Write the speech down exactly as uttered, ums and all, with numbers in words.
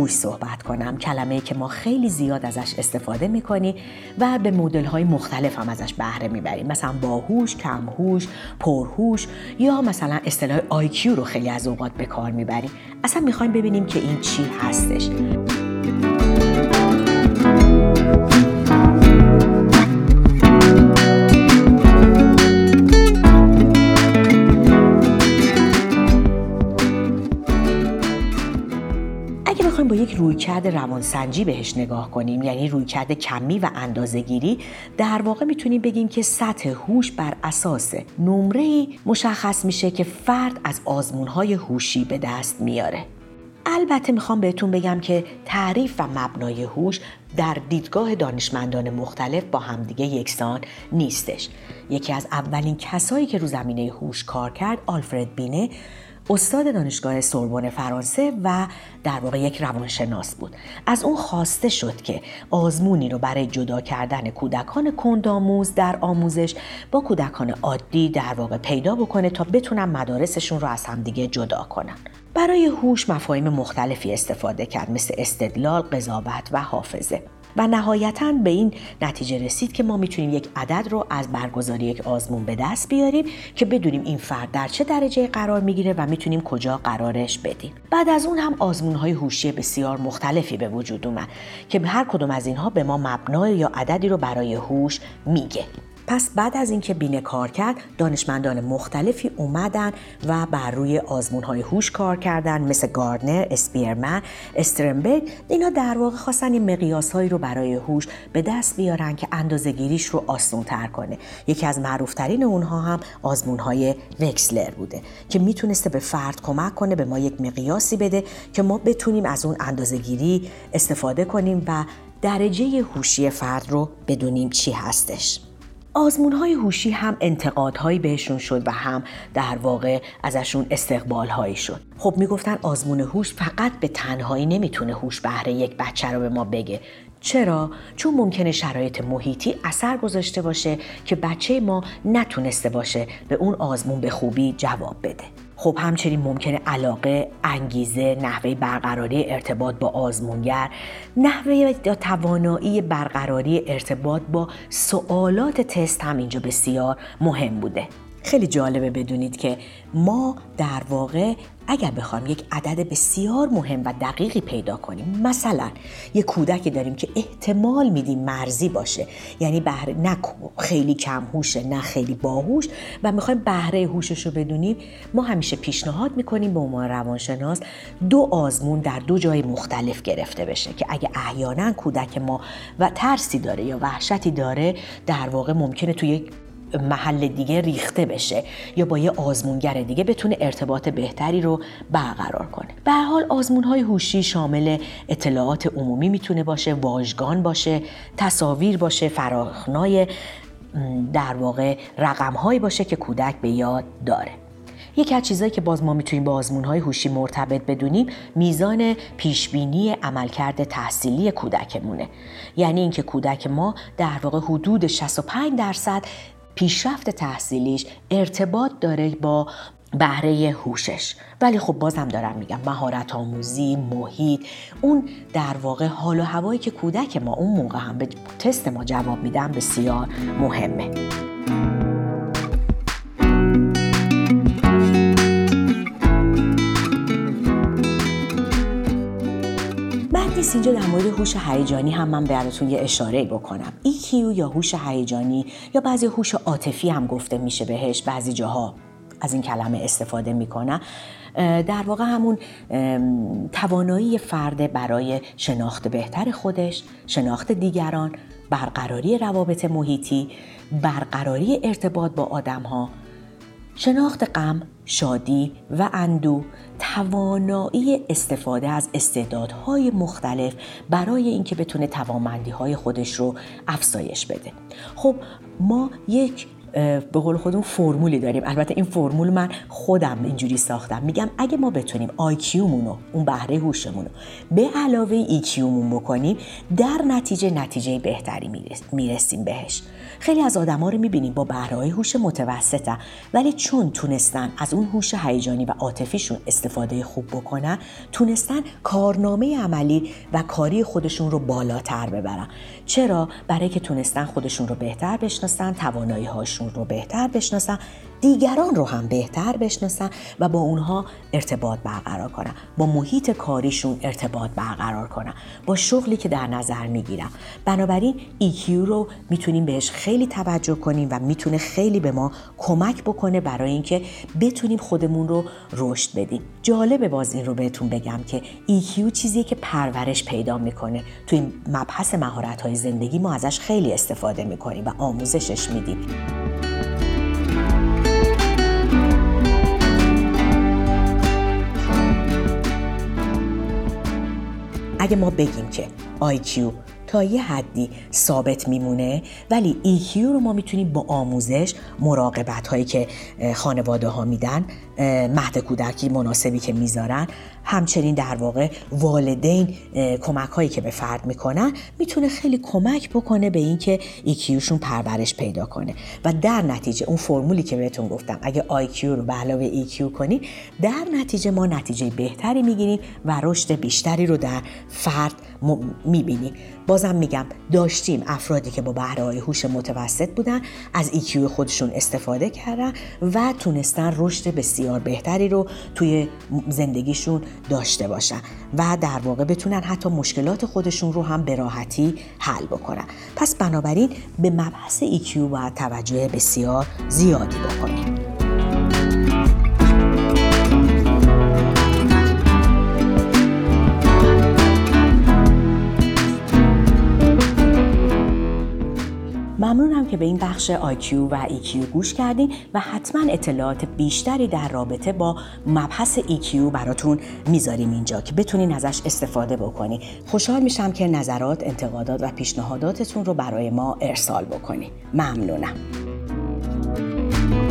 هوش صحبت کنم، کلمه‌ای که ما خیلی زیاد ازش استفاده میکنیم و به مدل‌های مختلف هم ازش بهره میبریم، مثلا باهوش، کم هوش، پرهوش، یا مثلا اصطلاح آی کیو رو خیلی از اوقات به کار میبریم. اصلا میخوایم ببینیم که این چی هستش. با یک رویکرد روانسنجی بهش نگاه کنیم، یعنی رویکرد کمی و اندازه‌گیری، در واقع میتونیم بگیم که سطح هوش بر اساس نمره‌ای مشخص میشه که فرد از آزمون‌های هوشی به دست میاره. البته میخوام بهتون بگم که تعریف و مبنای هوش در دیدگاه دانشمندان مختلف با همدیگه یکسان نیستش. یکی از اولین کسایی که رو زمینه هوش کار کرد، آلفرد بینه، استاد دانشگاه سوربن فرانسه و در واقع یک روانشناس بود. از اون خواسته شد که آزمونی رو برای جدا کردن کودکان کندآموز در آموزش با کودکان عادی در واقع پیدا بکنه تا بتونن مدارسشون رو از همدیگه جدا کنن. برای هوش مفاهیم مختلفی استفاده کرد، مثل استدلال، قضاوت و حافظه. و نهایتاً به این نتیجه رسید که ما میتونیم یک عدد رو از برگزاری یک آزمون به دست بیاریم که بدونیم این فرد در چه درجه قرار میگیره و میتونیم کجا قرارش بدیم. بعد از اون هم آزمون‌های هوشی بسیار مختلفی به وجود اومد که هر کدوم از اینها به ما مبنای یا عددی رو برای هوش میگه. پس بعد از اینکه بینه کار کرد، دانشمندان مختلفی اومدن و بر روی آزمون‌های هوش کار کردن، مثل گاردنر، اسپیرمن، استرنبرگ. اینا در واقع خواستن این مقیاس‌هایی رو برای هوش به دست بیارن که اندازه‌گیریش رو آسان‌تر کنه. یکی از معروف‌ترین اونها هم آزمون‌های وکسلر بوده که میتونسته به فرد کمک کنه، به ما یک مقیاسی بده که ما بتونیم از اون اندازه‌گیری استفاده کنیم و درجه هوشی فرد رو بدونیم چی هستش. آزمون‌های هوشی هم انتقادهایی بهشون شد و هم در واقع ازشون استقبالهایی شد. خب میگفتن آزمون هوش فقط به تنهایی نمیتونه هوش بهره یک بچه رو به ما بگه. چرا؟ چون ممکنه شرایط محیطی اثر گذاشته باشه که بچه ما نتونسته باشه به اون آزمون به خوبی جواب بده. خب همچنین ممکنه علاقه، انگیزه، نحوه برقراری ارتباط با آزمونگر، نحوه یا توانایی برقراری ارتباط با سوالات تست هم اینجا بسیار مهم بوده. خیلی جالبه بدونید که ما در واقع اگر بخوایم یک عدد بسیار مهم و دقیقی پیدا کنیم، مثلا یک کودکی داریم که احتمال میدیم مرزی باشه، یعنی بهره نه خیلی کم هوشه نه خیلی باهوش و میخوایم بهره هوشش رو بدونیم، ما همیشه پیشنهاد میکنیم به عنوان روانشناس دو آزمون در دو جای مختلف گرفته بشه که اگه احیانا کودک ما و ترسی داره یا وحشتی داره، در واقع ممکنه توی یک محل دیگه ریخته بشه یا با یه آزمونگر دیگه بتونه ارتباط بهتری رو برقرار کنه. به هر حال آزمون‌های هوشی شامل اطلاعات عمومی میتونه باشه، واژگان باشه، تصاویر باشه، فراخنای در واقع رقم‌هایی باشه که کودک به یاد داره. یکی از چیزایی که باز ما میتونیم با آزمون‌های هوشی مرتبط بدونیم، میزان پیشبینی عملکرد تحصیلی کودکمونه. یعنی اینکه کودک ما در واقع حدود شصت و پنج درصد پیشرفت تحصیلیش ارتباط داره با بهره هوشش. ولی خب بازم دارم میگم مهارت آموزی، محیط، اون در واقع حال و هوایی که کودک ما اون موقع هم به تست ما جواب میدن بسیار مهمه. نیست اینجا در مورد هوش هیجانی هم من براتون یه اشاره بکنم. ای کیو یا هوش هیجانی یا بعضی هوش عاطفی هم گفته میشه بهش، بعضی جاها از این کلمه استفاده میکنن. در واقع همون توانایی فرد برای شناخت بهتر خودش، شناخت دیگران، برقراری روابط محیطی، برقراری ارتباط با آدم‌ها، شناخت غم، شادی و اندوه، توانایی استفاده از استعدادهای مختلف برای اینکه بتونه توانمندی‌های خودش رو افزایش بده. خب ما یک به قول خودمون فرمولی داریم. البته این فرمول من خودم اینجوری ساختم. میگم اگه ما بتونیم آی کیومون رو، اون بهره هوشمون رو به علاوه ای کیومون بکنیم، در نتیجه نتیجه بهتری میرسیم بهش. خیلی از آدما رو میبینیم با بهره‌های هوش متوسطن، ولی چون تونستن از اون هوش هیجانی و عاطفیشون استفاده خوب بکنن، تونستن کارنامه عملی و کاری خودشون رو بالاتر ببرن. چرا؟ برای که تونستن خودشون رو بهتر بشناسن، توانایی هاشون رو بهتر بشناسن، دیگران رو هم بهتر بشناسن و با اونها ارتباط برقرار کنن، با محیط کاریشون ارتباط برقرار کنن، با شغلی که در نظر میگیرن. بنابراین ای کیو رو میتونیم بهش خیلی توجه کنیم و میتونه خیلی به ما کمک بکنه برای اینکه بتونیم خودمون رو رشد بدیم. جالبه باز این رو بهتون بگم که ای کیو چیزیه که پرورش پیدا میکنه. توی این مبحث مهارت‌های زندگی ما ازش خیلی استفاده میکنیم و آموزشش میدیم. اگه ما بگیم که آی کیو تا یه حدی ثابت میمونه، ولی ای کیو رو ما میتونیم با آموزش، مراقبت هایی که خانواده ها میدن، مهد کودکی مناسبی که میذارن، همچنین در واقع والدین کمک هایی که به فرد میکنن، میتونه خیلی کمک بکنه به این که ای کیوشون پرورش پیدا کنه و در نتیجه اون فرمولی که بهتون گفتم، اگه آی کیو رو به علاوه ای کیو کنی، در نتیجه ما نتیجه بهتری میگیریم و رشد بیشتری رو در فرد میبینیم. بازم میگم داشتیم افرادی که با بهره‌های هوش متوسط بودن، از ای کیو خودشون استفاده کردن و تونستن رشد بسیار بهتری رو توی زندگیشون داشته باشن و در واقع بتونن حتی مشکلات خودشون رو هم به راحتی حل بکنن. پس بنابراین به مبحث ای کیو باید توجه بسیار زیادی بکنیم. ممنونم که به این بخش آی کیو و ای کیو گوش کردین و حتما اطلاعات بیشتری در رابطه با مبحث ای کیو براتون میذاریم اینجا که بتونین ازش استفاده بکنین. خوشحال میشم که نظرات، انتقادات و پیشنهاداتتون رو برای ما ارسال بکنین. ممنونم.